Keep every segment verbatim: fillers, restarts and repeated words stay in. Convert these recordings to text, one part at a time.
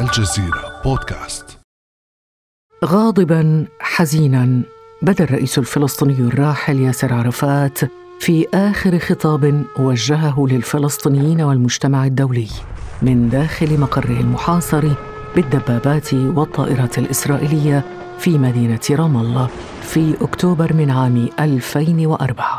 الجزيرة بودكاست. غاضباً حزيناً بدا الرئيس الفلسطيني الراحل ياسر عرفات في آخر خطاب وجهه للفلسطينيين والمجتمع الدولي من داخل مقره المحاصر بالدبابات والطائرات الإسرائيلية في مدينة رام الله في أكتوبر من عام ألفين وأربعة.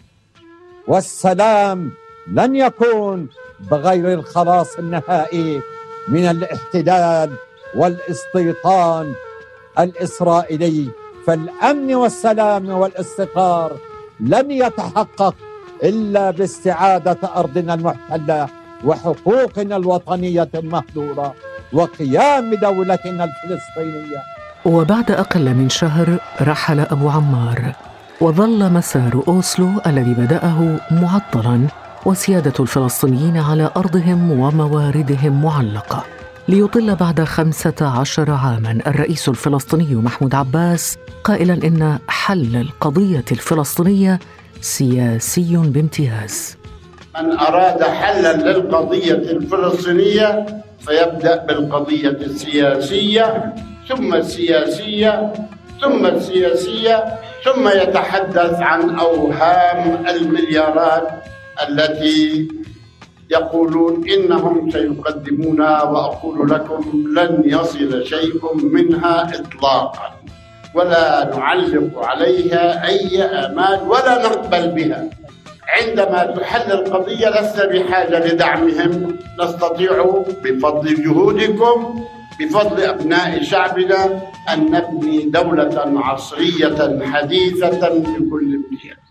والسلام لن يكون بغير الخلاص النهائي من الاحتلال والاستيطان الإسرائيلي، فالأمن والسلام والاستقرار لن يتحقق إلا باستعادة أرضنا المحتلة وحقوقنا الوطنية المهدورة وقيام دولتنا الفلسطينية. وبعد أقل من شهر رحل أبو عمار، وظل مسار أوسلو الذي بدأه معطلاً وسيادة الفلسطينيين على أرضهم ومواردهم معلقة، ليطل بعد خمسة عشر عاماً الرئيس الفلسطيني محمود عباس قائلاً إن حل القضية الفلسطينية سياسي بامتياز. من أراد حلاً للقضية الفلسطينية فيبدأ بالقضية السياسية ثم السياسية ثم السياسية ثم يتحدث عن أوهام المليارات التي يقولون إنهم سيقدمونها، وأقول لكم لن يصل شيء منها إطلاقا، ولا نعلق عليها أي آمال ولا نقبل بها. عندما تحل القضية لسنا بحاجة لدعمهم، نستطيع بفضل جهودكم بفضل أبناء شعبنا أن نبني دولة عصرية حديثة بكل امتياز.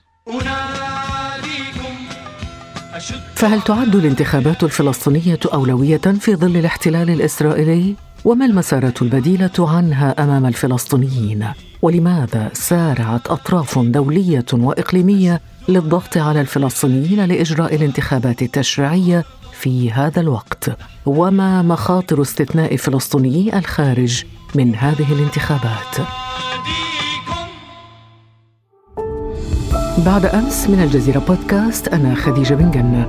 فهل تعد الانتخابات الفلسطينية أولوية في ظل الاحتلال الإسرائيلي؟ وما المسارات البديلة عنها أمام الفلسطينيين؟ ولماذا سارعت أطراف دولية وإقليمية للضغط على الفلسطينيين لإجراء الانتخابات التشريعية في هذا الوقت؟ وما مخاطر استثناء فلسطينيي الخارج من هذه الانتخابات؟ بعد أمس من الجزيرة بودكاست، أنا خديجة بن جنة.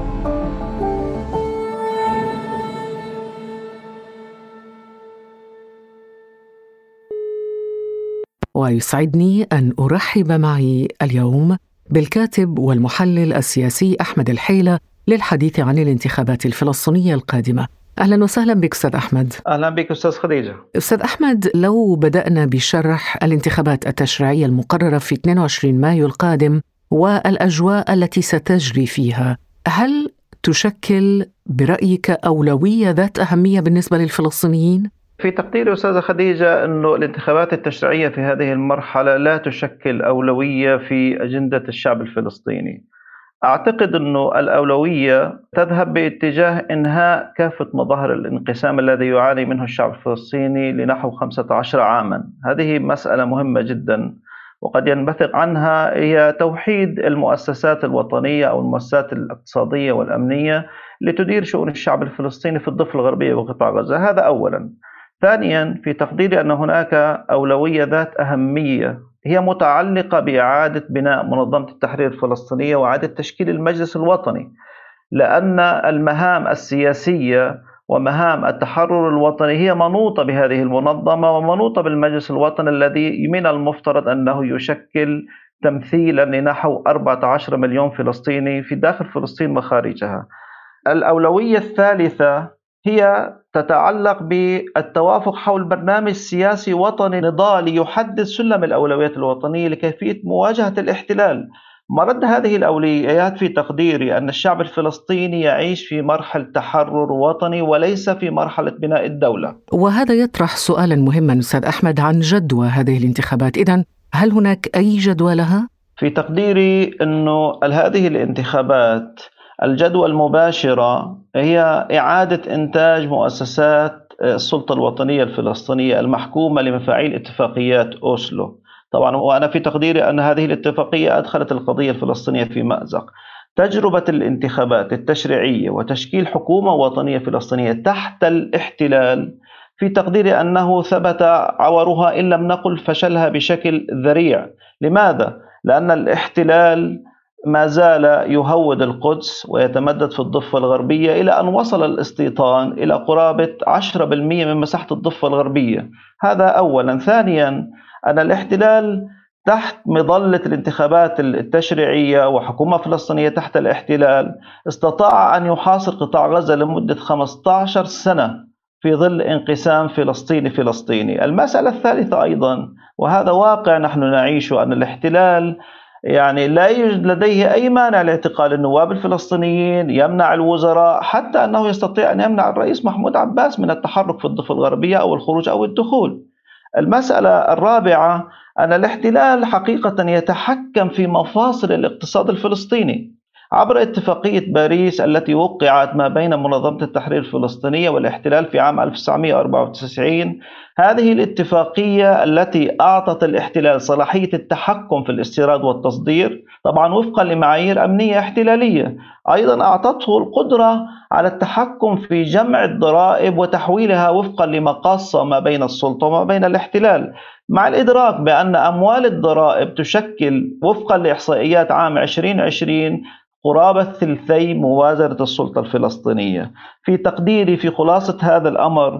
ويسعدني أن أرحب معي اليوم بالكاتب والمحلل السياسي أحمد الحيلة للحديث عن الانتخابات الفلسطينية القادمة. أهلا وسهلا بك أستاذ أحمد. أهلا بك أستاذ خديجة. أستاذ أحمد، لو بدأنا بشرح الانتخابات التشريعية المقررة في اثنين وعشرين مايو القادم والأجواء التي ستجري فيها، هل تشكل برأيك أولوية ذات أهمية بالنسبة للفلسطينيين؟ في تقديري أستاذة خديجة أنه الانتخابات التشريعية في هذه المرحلة لا تشكل أولوية في أجندة الشعب الفلسطيني. أعتقد أنه الأولوية تذهب باتجاه إنهاء كافة مظاهر الانقسام الذي يعاني منه الشعب الفلسطيني لنحو خمسة عشر عاما. هذه مسألة مهمة جدا، وقد ينبثق عنها هي توحيد المؤسسات الوطنية أو المؤسسات الاقتصادية والأمنية لتدير شؤون الشعب الفلسطيني في الضفة الغربية وقطاع غزة. هذا أولا. ثانيا، في تقديري أن هناك أولوية ذات أهمية هي متعلقة بإعادة بناء منظمة التحرير الفلسطينية وإعادة تشكيل المجلس الوطني، لأن المهام السياسية ومهام التحرر الوطني هي منوطة بهذه المنظمة ومنوطة بالمجلس الوطني الذي من المفترض أنه يشكل تمثيلا لنحو أربعة عشر مليون فلسطيني في داخل فلسطين وخارجها. الأولوية الثالثة هي تتعلق بالتوافق حول برنامج سياسي وطني نضالي يحدد سلم الأولويات الوطنية لكيفية مواجهة الاحتلال. مرد هذه الأولويات في تقديري أن الشعب الفلسطيني يعيش في مرحلة تحرر وطني وليس في مرحلة بناء الدولة. وهذا يطرح سؤالا مهما أستاذ أحمد عن جدوى هذه الانتخابات. إذن هل هناك أي جدوى لها؟ في تقديري أنه هذه الانتخابات الجدوى المباشرة هي إعادة إنتاج مؤسسات السلطة الوطنية الفلسطينية المحكومة لمفاعيل اتفاقيات أوسلو. طبعا وأنا في تقديري أن هذه الاتفاقية أدخلت القضية الفلسطينية في مأزق. تجربة الانتخابات التشريعية وتشكيل حكومة وطنية فلسطينية تحت الاحتلال في تقديري أنه ثبت عورها إن لم نقل فشلها بشكل ذريع. لماذا؟ لأن الاحتلال ما زال يهود القدس ويتمدد في الضفة الغربية إلى أن وصل الاستيطان إلى قرابة عشرة بالمئة من مساحة الضفة الغربية. هذا أولا. ثانيا، أن الاحتلال تحت مظلة الانتخابات التشريعية وحكومة فلسطينية تحت الاحتلال استطاع أن يحاصر قطاع غزة لمدة خمسة عشر سنة في ظل انقسام فلسطيني فلسطيني. المسألة الثالثة أيضا، وهذا واقع نحن نعيشه، أن الاحتلال يعني لا يوجد لديه أي مانع لاعتقال النواب الفلسطينيين، يمنع الوزراء، حتى أنه يستطيع أن يمنع الرئيس محمود عباس من التحرك في الضفة الغربية أو الخروج أو الدخول. المسألة الرابعة، أن الاحتلال حقيقة يتحكم في مفاصل الاقتصاد الفلسطيني عبر اتفاقية باريس التي وقعت ما بين منظمة التحرير الفلسطينية والاحتلال في عام ألف وتسعمئة وأربعة وتسعين. هذه الاتفاقية التي أعطت الاحتلال صلاحية التحكم في الاستيراد والتصدير، طبعا وفقا لمعايير أمنية احتلالية. أيضا أعطته القدرة على التحكم في جمع الضرائب وتحويلها وفقا لمقاصة ما بين السلطة وما بين الاحتلال، مع الإدراك بأن أموال الضرائب تشكل وفقا لإحصائيات عام عشرين عشرين قرابة ثلثي موازنة السلطة الفلسطينية. في تقديري في خلاصة هذا الأمر،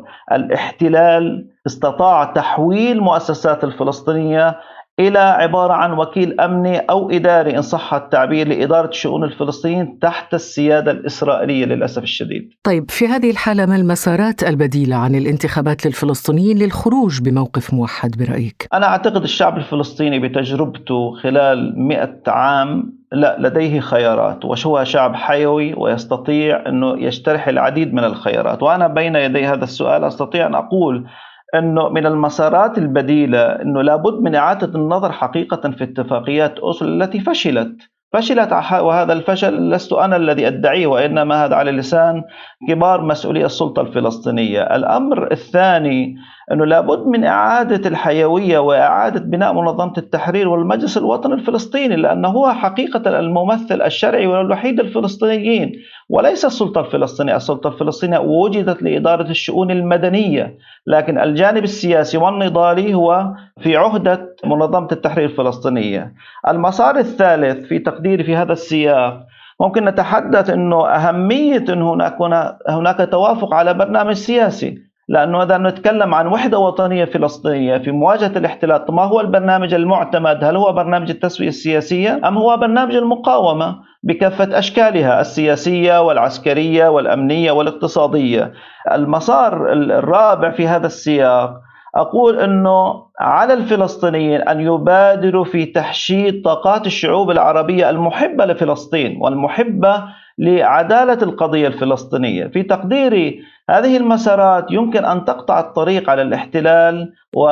الاحتلال استطاع تحويل مؤسسات الفلسطينية إلى عبارة عن وكيل أمني أو إداري إن صح التعبير لإدارة شؤون الفلسطينيين تحت السيادة الإسرائيلية للأسف الشديد. طيب، في هذه الحالة ما المسارات البديلة عن الانتخابات للفلسطينيين للخروج بموقف موحد برأيك؟ أنا أعتقد الشعب الفلسطيني بتجربته خلال مئة عام لا لديه خيارات، وهو شعب حيوي ويستطيع أنه يجترح العديد من الخيارات. وأنا بين يدي هذا السؤال أستطيع أن أقول أنه من المسارات البديلة أنه لابد من إعادة النظر حقيقة في اتفاقيات أوسلو التي فشلت فشلت وهذا الفشل لست أنا الذي أدعيه، وإنما هذا على لسان كبار مسؤولي السلطة الفلسطينية. الأمر الثاني أنه لابد من إعادة الحيوية وإعادة بناء منظمة التحرير والمجلس الوطني الفلسطيني، لأنه هو حقيقة الممثل الشرعي والوحيد للفلسطينيين وليس السلطة الفلسطينية. السلطة الفلسطينية وجدت لإدارة الشؤون المدنية، لكن الجانب السياسي والنضالي هو في عهدة منظمة التحرير الفلسطينية. المسار الثالث في تقديري في هذا السياق، ممكن نتحدث أنه أهمية أن هناك هناك توافق على برنامج سياسي، لأنه إذا نتكلم عن وحدة وطنية فلسطينية في مواجهة الاحتلال، ما هو البرنامج المعتمد؟ هل هو برنامج التسوية السياسية أم هو برنامج المقاومة بكافة أشكالها السياسية والعسكرية والأمنية والاقتصادية؟ المسار الرابع في هذا السياق، أقول أنه على الفلسطينيين أن يبادروا في تحشيد طاقات الشعوب العربية المحبة لفلسطين والمحبة لعدالة القضية الفلسطينية. في تقديري هذه المسارات يمكن أن تقطع الطريق على الاحتلال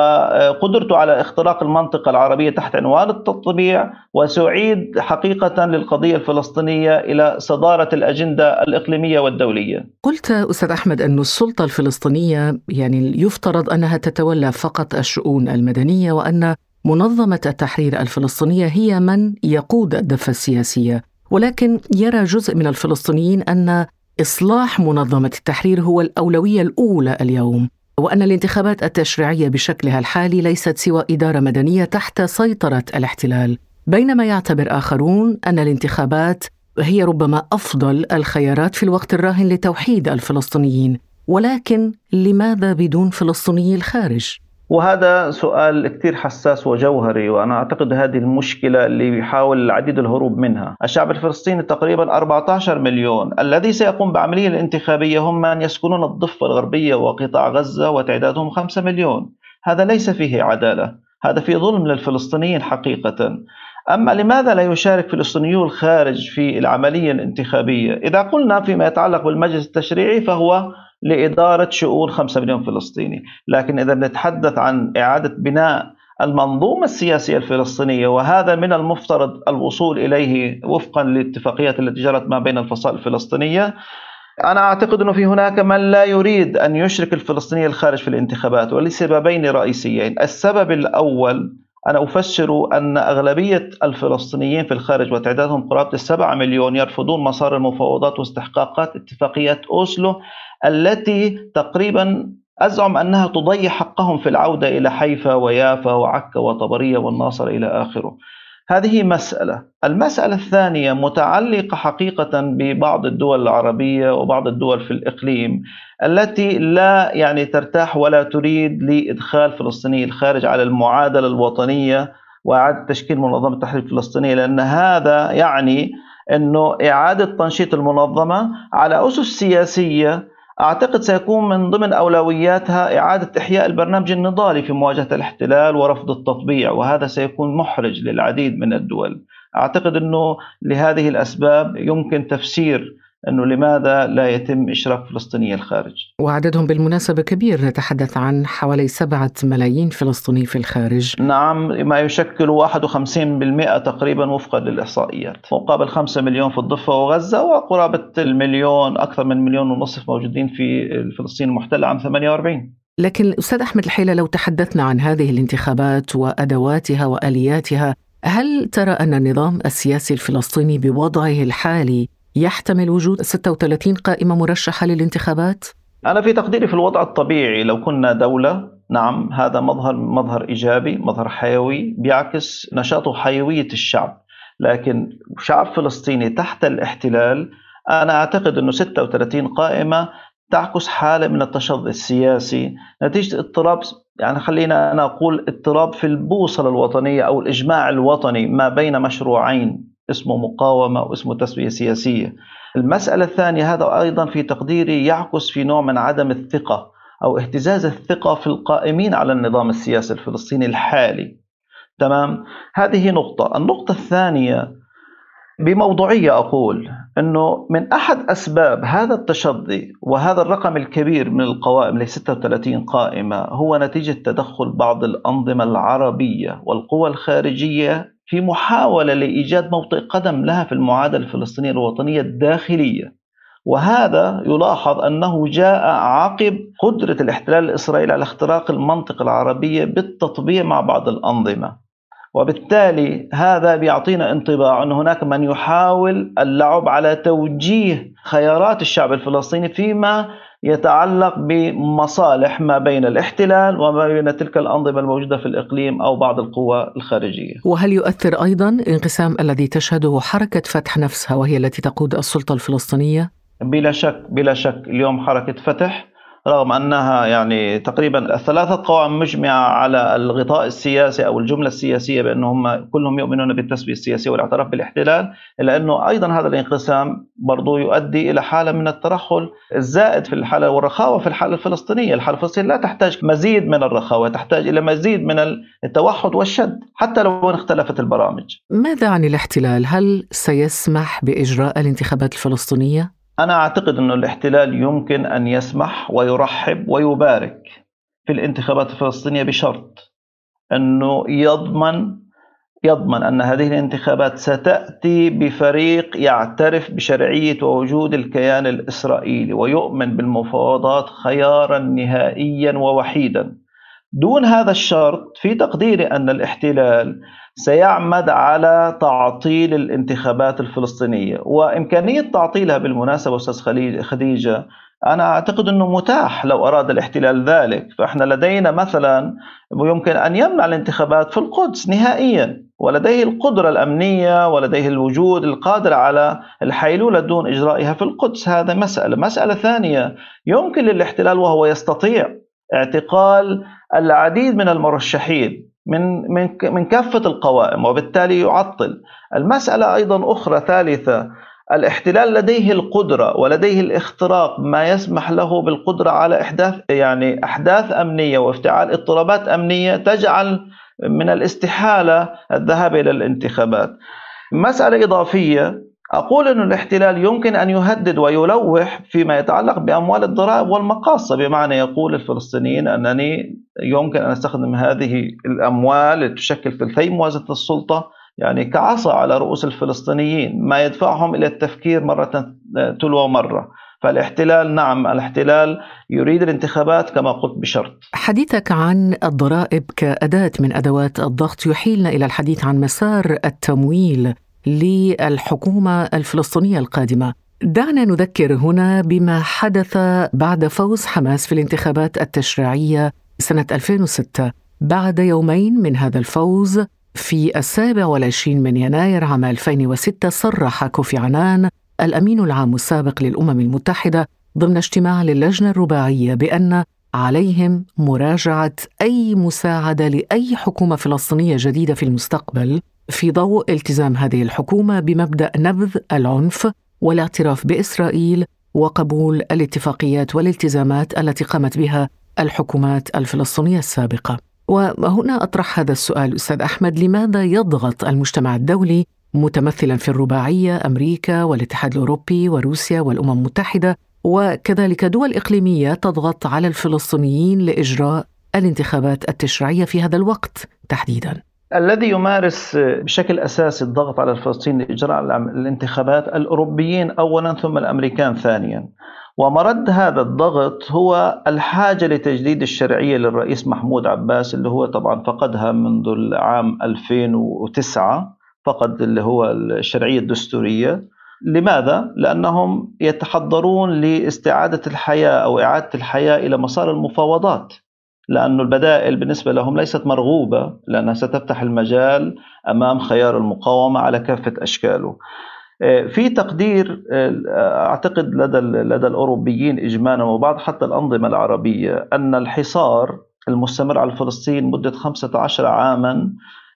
وقدرته على اختراق المنطقة العربية تحت عنوان التطبيع، وسيعيد حقيقة للقضية الفلسطينية إلى صدارة الأجندة الإقليمية والدولية. قلت أستاذ أحمد أن السلطة الفلسطينية يعني يفترض أنها تتولى فقط الشؤون المدنية، وأن منظمة التحرير الفلسطينية هي من يقود الدفة السياسية، ولكن يرى جزء من الفلسطينيين أن إصلاح منظمة التحرير هو الأولوية الأولى اليوم، وأن الانتخابات التشريعية بشكلها الحالي ليست سوى إدارة مدنية تحت سيطرة الاحتلال، بينما يعتبر آخرون أن الانتخابات هي ربما أفضل الخيارات في الوقت الراهن لتوحيد الفلسطينيين. ولكن لماذا بدون فلسطيني الخارج؟ وهذا سؤال كتير حساس وجوهري، وأنا أعتقد هذه المشكلة اللي بيحاول العديد الهروب منها. الشعب الفلسطيني تقريبا أربعة عشر مليون، الذي سيقوم بعملية الانتخابية هم من يسكنون الضفة الغربية وقطاع غزة وتعدادهم خمسة مليون. هذا ليس فيه عدالة، هذا فيه ظلم للفلسطينيين حقيقة. أما لماذا لا يشارك فلسطينيو الخارج في العملية الانتخابية؟ إذا قلنا فيما يتعلق بالمجلس التشريعي فهو لإدارة شؤون خمسة مليون فلسطيني، لكن إذا نتحدث عن إعادة بناء المنظومة السياسية الفلسطينية، وهذا من المفترض الوصول إليه وفقا للاتفاقيات التي جرت ما بين الفصائل الفلسطينية، أنا أعتقد أنه في هناك من لا يريد أن يشرك الفلسطيني الخارج في الانتخابات، ولسببين رئيسيين. السبب الأول، أنا أفسر أن أغلبية الفلسطينيين في الخارج وتعدادهم قرابة السبعة مليون يرفضون مسار المفاوضات واستحقاقات اتفاقيات أوسلو التي تقريبا أزعم أنها تضيع حقهم في العودة إلى حيفا ويافا وعكا وطبرية والناصر إلى آخره. هذه مسألة. المسألة الثانية متعلقة حقيقة ببعض الدول العربية وبعض الدول في الإقليم التي لا يعني ترتاح ولا تريد لإدخال فلسطيني الخارج على المعادلة الوطنية وإعادة تشكيل منظمة التحرير الفلسطينية، لأن هذا يعني أنه إعادة تنشيط المنظمة على أسس سياسية أعتقد سيكون من ضمن أولوياتها إعادة إحياء البرنامج النضالي في مواجهة الاحتلال ورفض التطبيع، وهذا سيكون محرج للعديد من الدول. أعتقد أنه لهذه الأسباب يمكن تفسير أنه لماذا لا يتم إشراك فلسطيني الخارج. وعددهم بالمناسبة كبير، نتحدث عن حوالي سبعة ملايين فلسطيني في الخارج. نعم، ما يشكل واحد وخمسين بالمئة تقريبا وفقا للإحصائيات، مقابل خمسة مليون في الضفة وغزة، وقرابة المليون أكثر من مليون ونصف موجودين في فلسطين المحتلة عام ثمانية وأربعين. لكن أستاذ أحمد الحيلة، لو تحدثنا عن هذه الانتخابات وأدواتها وآلياتها، هل ترى أن النظام السياسي الفلسطيني بوضعه الحالي يحتمل وجود ستة وثلاثين قائمة مرشحة للانتخابات؟ أنا في تقديري في الوضع الطبيعي لو كنا دولة، نعم هذا مظهر مظهر إيجابي، مظهر حيوي بيعكس نشاط وحيوية الشعب. لكن شعب فلسطيني تحت الاحتلال، أنا أعتقد أنه ستة وثلاثين قائمة تعكس حالة من التشظي السياسي نتيجة اضطراب، يعني خلينا أنا أقول اضطراب في البوصلة الوطنية أو الإجماع الوطني ما بين مشروعين اسمه مقاومة واسمه تسوية سياسية. المسألة الثانية، هذا أيضا في تقديري يعكس في نوع من عدم الثقة أو اهتزاز الثقة في القائمين على النظام السياسي الفلسطيني الحالي. تمام، هذه نقطة. النقطة الثانية بموضوعية أقول أنه من أحد أسباب هذا التشظي وهذا الرقم الكبير من القوائم ل ستة وثلاثين قائمة هو نتيجة تدخل بعض الأنظمة العربية والقوى الخارجية في محاولة لإيجاد موطئ قدم لها في المعادلة الفلسطينية الوطنية الداخلية. وهذا يلاحظ أنه جاء عقب قدرة الاحتلال الإسرائيلي على اختراق المنطقة العربية بالتطبيع مع بعض الأنظمة، وبالتالي هذا بيعطينا انطباع أن هناك من يحاول اللعب على توجيه خيارات الشعب الفلسطيني فيما يتعلق بمصالح ما بين الاحتلال وما بين تلك الأنظمة الموجودة في الإقليم أو بعض القوى الخارجية. وهل يؤثر أيضا الانقسام الذي تشهده حركة فتح نفسها وهي التي تقود السلطة الفلسطينية؟ بلا شك بلا شك اليوم حركة فتح رغم أنها يعني تقريبا الثلاثة قوائم مجمعة على الغطاء السياسي أو الجملة السياسية بأنهم كلهم يؤمنون بالتسوية السياسية والاعتراف بالاحتلال، إلا أنه أيضا هذا الانقسام برضو يؤدي إلى حالة من الترهل الزائد في الحالة والرخاوة في الحالة الفلسطينية. الحالة الفلسطينية لا تحتاج مزيد من الرخاوة، تحتاج إلى مزيد من التوحد والشد حتى لو اختلفت البرامج. ماذا عن الاحتلال؟ هل سيسمح بإجراء الانتخابات الفلسطينية؟ أنا أعتقد أن الاحتلال يمكن أن يسمح ويرحب ويبارك في الانتخابات الفلسطينية بشرط أنه يضمن يضمن أن هذه الانتخابات ستأتي بفريق يعترف بشرعية ووجود الكيان الإسرائيلي ويؤمن بالمفاوضات خيارا نهائيا ووحيدا. دون هذا الشرط في تقديري أن الاحتلال سيعمد على تعطيل الانتخابات الفلسطينية، وإمكانية تعطيلها بالمناسبة أستاذ خديجة أنا أعتقد أنه متاح لو أراد الاحتلال ذلك. فإحنا لدينا مثلا يمكن أن يمنع الانتخابات في القدس نهائيا، ولديه القدرة الأمنية ولديه الوجود القادر على الحيلولة دون إجرائها في القدس. هذا مسألة. مسألة ثانية، يمكن للاحتلال وهو يستطيع اعتقال العديد من المرشحين من من من كافة القوائم وبالتالي يعطل. المسألة أيضا أخرى ثالثة، الاحتلال لديه القدرة ولديه الاختراق ما يسمح له بالقدرة على إحداث يعني أحداث أمنية وافتعال اضطرابات أمنية تجعل من الاستحالة الذهاب إلى الانتخابات. مسألة إضافية، أقول أن الاحتلال يمكن أن يهدد ويلوح فيما يتعلق بأموال الضرائب والمقاصة، بمعنى يقول الفلسطينيين أنني يمكن أن أستخدم هذه الأموال لتشكل ثلثي موازنة السلطة يعني كعصا على رؤوس الفلسطينيين، ما يدفعهم إلى التفكير مرة تلو مرة. فالاحتلال نعم، الاحتلال يريد الانتخابات كما قلت بشرط. حديثك عن الضرائب كأداة من أدوات الضغط يحيلنا إلى الحديث عن مسار التمويل للحكومة الفلسطينية القادمة. دعنا نذكر هنا بما حدث بعد فوز حماس في الانتخابات التشريعية سنة ألفين وستة. بعد يومين من هذا الفوز في السابع والعشرين من يناير عام ألفين وستة صرح كوفي عنان الأمين العام السابق للأمم المتحدة ضمن اجتماع للجنة الرباعية بأن عليهم مراجعة أي مساعدة لأي حكومة فلسطينية جديدة في المستقبل في ضوء التزام هذه الحكومة بمبدأ نبذ العنف والاعتراف بإسرائيل وقبول الاتفاقيات والالتزامات التي قامت بها الحكومات الفلسطينية السابقة. وهنا أطرح هذا السؤال أستاذ أحمد: لماذا يضغط المجتمع الدولي متمثلا في الرباعية أمريكا والاتحاد الأوروبي وروسيا والأمم المتحدة وكذلك دول إقليمية تضغط على الفلسطينيين لإجراء الانتخابات التشريعية في هذا الوقت تحديداً؟ الذي يمارس بشكل أساسي الضغط على الفلسطينيين لإجراء الانتخابات الأوروبيين أولاً ثم الأمريكان ثانياً. ومرد هذا الضغط هو الحاجة لتجديد الشرعية للرئيس محمود عباس، اللي هو طبعاً فقدها منذ العام ألفين وتسعة، فقد اللي هو الشرعية الدستورية. لماذا؟ لأنهم يتحضرون لاستعادة الحياة أو إعادة الحياة إلى مسار المفاوضات، لأن البدائل بالنسبة لهم ليست مرغوبة، لأنها ستفتح المجال أمام خيار المقاومة على كافة أشكاله. في تقدير أعتقد لدى لدى الأوروبيين إجمالا وبعض حتى الأنظمة العربية أن الحصار المستمر على فلسطين مدة خمسة عشر عاما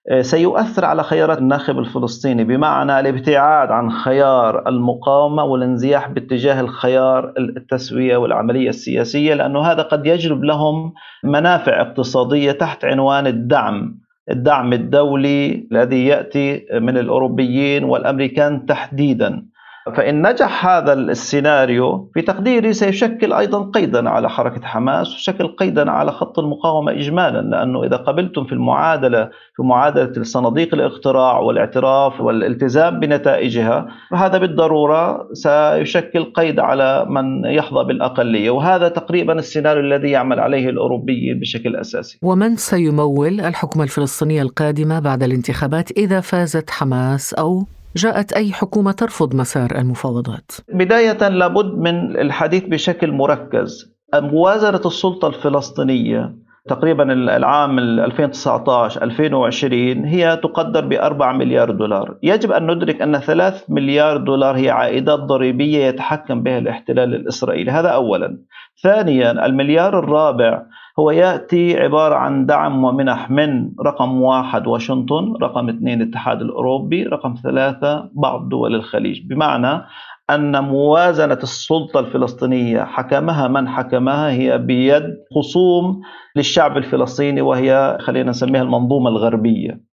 سيؤثر على خيارات الناخب الفلسطيني، بمعنى الابتعاد عن خيار المقاومة والانزياح باتجاه الخيار التسوية والعملية السياسية، لأنه هذا قد يجلب لهم منافع اقتصادية تحت عنوان الدعم الدعم الدولي الذي يأتي من الأوروبيين والأمريكان تحديدا. فإن نجح هذا السيناريو في تقديري سيشكل أيضا قيدا على حركة حماس وشكل قيدا على خط المقاومة إجمالا، لأنه إذا قبلتم في المعادلة في معادلة الصناديق الاقتراع والاعتراف والالتزام بنتائجها، فهذا بالضرورة سيشكل قيد على من يحظى بالأقلية، وهذا تقريبا السيناريو الذي يعمل عليه الأوروبيين بشكل أساسي. ومن سيمول الحكومة الفلسطينية القادمة بعد الانتخابات إذا فازت حماس أو جاءت أي حكومة ترفض مسار المفاوضات؟ بداية لابد من الحديث بشكل مركز. موازنة السلطة الفلسطينية تقريبا العام ألفين وتسعة عشر ألفين وعشرين هي تقدر بأربعة مليار دولار. يجب أن ندرك أن ثلاث مليار دولار هي عائدات ضريبية يتحكم بها الاحتلال الإسرائيلي، هذا أولا. ثانيا، المليار الرابع هو يأتي عبارة عن دعم ومنح من رقم واحد واشنطن، رقم اثنين الاتحاد الأوروبي، رقم ثلاثة بعض دول الخليج، بمعنى أن موازنة السلطة الفلسطينية حكمها من حكمها هي بيد خصوم للشعب الفلسطيني، وهي خلينا نسميها المنظومة الغربية.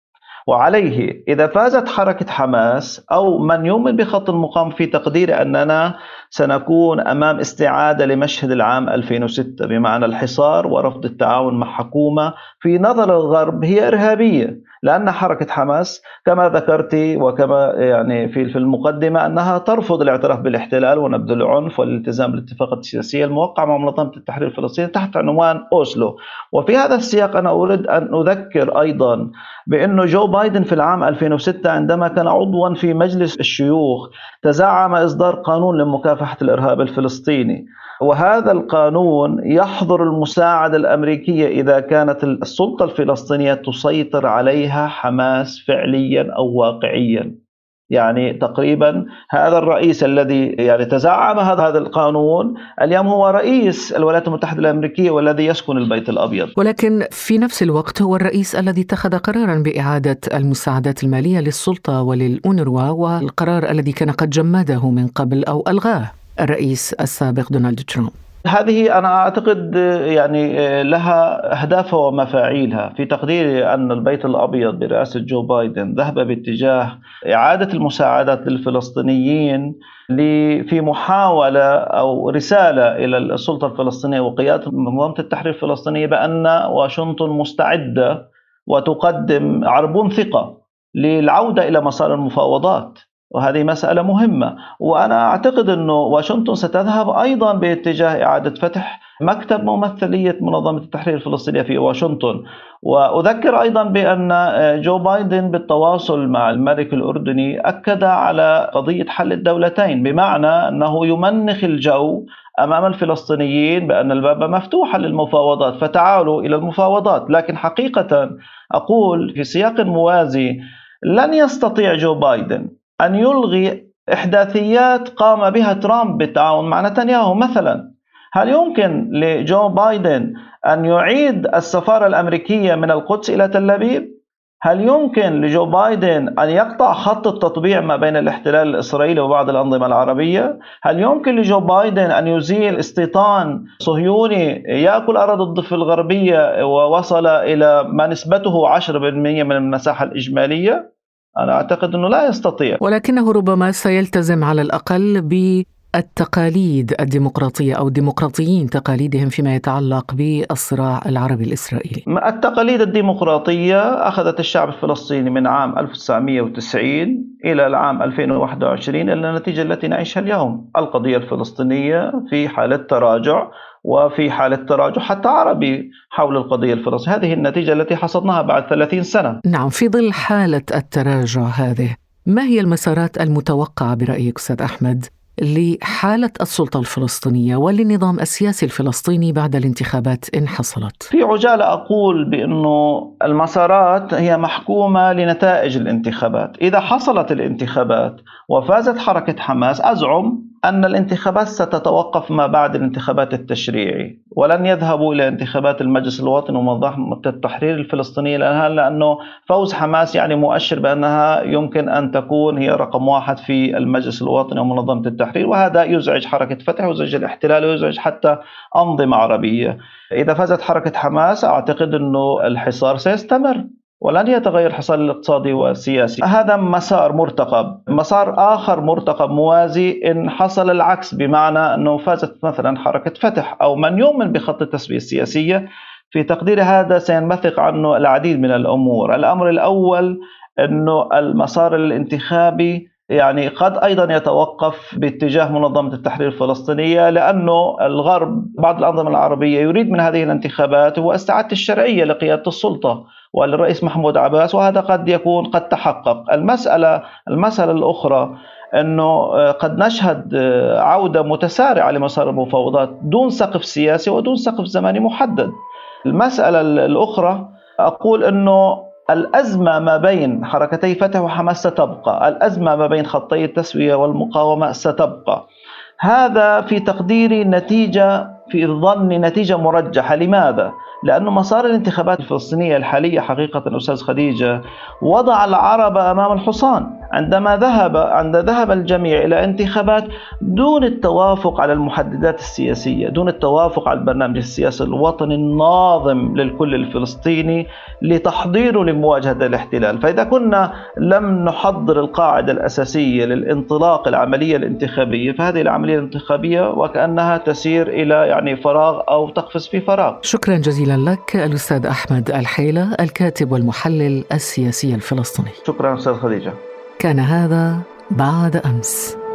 وعليه إذا فازت حركة حماس أو من يؤمن بخط المقاومة، في تقديري أننا سنكون أمام استعادة لمشهد العام ألفين وستة، بمعنى الحصار ورفض التعاون مع حكومة في نظر الغرب هي إرهابية، لأن حركة حماس كما ذكرتي وكما يعني في في المقدمة أنها ترفض الاعتراف بالاحتلال ونبذ العنف والالتزام بالاتفاقات السياسية الموقعة مع منظمة التحرير الفلسطيني تحت عنوان أوسلو. وفي هذا السياق أنا أريد أن أذكر أيضا بأنه جو بايدن في العام ألفين وستة عندما كان عضوا في مجلس الشيوخ تزعم إصدار قانون لمكافحة الإرهاب الفلسطيني، وهذا القانون يحظر المساعدة الأمريكية إذا كانت السلطة الفلسطينية تسيطر عليها حماس فعليا أو واقعيا. يعني تقريبا هذا الرئيس الذي يعني تزعم هذا القانون اليوم هو رئيس الولايات المتحدة الأمريكية والذي يسكن البيت الأبيض، ولكن في نفس الوقت هو الرئيس الذي اتخذ قرارا بإعادة المساعدات المالية للسلطة وللأونروا، والقرار الذي كان قد جمده من قبل أو ألغاه الرئيس السابق دونالد ترامب. هذه أنا أعتقد يعني لها أهدافها ومفاعيلها. في تقديري أن البيت الأبيض برئاسة جو بايدن ذهب باتجاه إعادة المساعدات للفلسطينيين في محاولة أو رسالة إلى السلطة الفلسطينية وقيادة منظمة التحرير الفلسطينية بأن واشنطن مستعدة وتقدم عربون ثقة للعودة إلى مسار المفاوضات. وهذه مسألة مهمة. وأنا أعتقد أنه واشنطن ستذهب أيضا باتجاه إعادة فتح مكتب ممثلية منظمة التحرير الفلسطينية في واشنطن. وأذكر أيضا بأن جو بايدن بالتواصل مع الملك الأردني أكد على قضية حل الدولتين، بمعنى أنه يمنخ الجو أمام الفلسطينيين بأن الباب مفتوحا للمفاوضات، فتعالوا إلى المفاوضات. لكن حقيقة أقول في سياق موازي لن يستطيع جو بايدن أن يلغي إحداثيات قام بها ترامب بالتعاون مع نتنياهو مثلا. هل يمكن لجو بايدن أن يعيد السفارة الأمريكية من القدس إلى تل أبيب؟ هل يمكن لجو بايدن أن يقطع خط التطبيع ما بين الاحتلال الإسرائيلي وبعض الأنظمة العربية؟ هل يمكن لجو بايدن أن يزيل استيطان صهيوني يأكل أراضي الضفة الغربية ووصل إلى ما نسبته عشرة بالمئة من المساحة الإجمالية؟ أنا أعتقد أنه لا يستطيع، ولكنه ربما سيلتزم على الأقل بالتقاليد الديمقراطية أو الديمقراطيين تقاليدهم فيما يتعلق بالصراع العربي الإسرائيلي. التقاليد الديمقراطية أخذت الشعب الفلسطيني من عام ألف وتسعمئة وتسعين إلى العام ألفين وواحد وعشرين إلى النتيجة التي نعيشها اليوم. القضية الفلسطينية في حالة تراجع، وفي حالة تراجع حتى عربي حول القضية الفلسطينية. هذه النتيجة التي حصدناها بعد ثلاثين سنة. نعم، في ظل حالة التراجع هذه، ما هي المسارات المتوقعة برأيك أستاذ أحمد لحالة السلطة الفلسطينية وللنظام السياسي الفلسطيني بعد الانتخابات إن حصلت؟ في عجالة أقول بأنه المسارات هي محكومة لنتائج الانتخابات. إذا حصلت الانتخابات وفازت حركة حماس، أزعم أن الانتخابات ستتوقف ما بعد الانتخابات التشريعي، ولن يذهبوا إلى انتخابات المجلس الوطني ومنظمة التحرير الفلسطينية، لأنه فوز حماس يعني مؤشر بأنها يمكن أن تكون هي رقم واحد في المجلس الوطني ومنظمة التحرير، وهذا يزعج حركة فتح ويزعج الاحتلال ويزعج حتى أنظمة عربية. إذا فازت حركة حماس أعتقد أنه الحصار سيستمر ولن يتغير الحصار الاقتصادي والسياسي. هذا مسار مرتقب. مسار آخر مرتقب موازي إن حصل العكس، بمعنى أنه فازت مثلا حركة فتح أو من يؤمن بخط التسوية السياسية. في تقدير هذا سينبثق عنه العديد من الأمور. الأمر الأول أنه المسار الانتخابي يعني قد أيضا يتوقف باتجاه منظمة التحرير الفلسطينية، لأنه الغرب بعض الأنظمة العربية يريد من هذه الانتخابات هو استعادة الشرعية لقيادة السلطة وللرئيس محمود عباس، وهذا قد يكون قد تحقق. المسألة المسألة الأخرى أنه قد نشهد عودة متسارعة لمسار المفاوضات دون سقف سياسي ودون سقف زمني محدد. المسألة الأخرى أقول أنه الأزمة ما بين حركتي فتح وحماس ستبقى، الأزمة ما بين خطي التسوية والمقاومة ستبقى. هذا في تقديري نتيجة في الظن نتيجة مرجحة. لماذا؟ لأنه مسار الانتخابات الفلسطينية الحالية حقيقة أستاذ خديجة وضع العرب أمام الحصان. عندما ذهب عند ذهب الجميع إلى انتخابات دون التوافق على المحددات السياسية، دون التوافق على البرنامج السياسي الوطني الناظم للكل الفلسطيني لتحضيره لمواجهة الاحتلال. فإذا كنا لم نحضر القاعدة الأساسية للانطلاق العملية الانتخابية، فهذه العملية الانتخابية وكأنها تسير إلى يعني فراغ أو تقفز في فراغ. شكرا جزيلا لك الأستاذ أحمد الحيلة، الكاتب والمحلل السياسي الفلسطيني. شكرا أستاذ خديجة. كان هذا بعد أمس.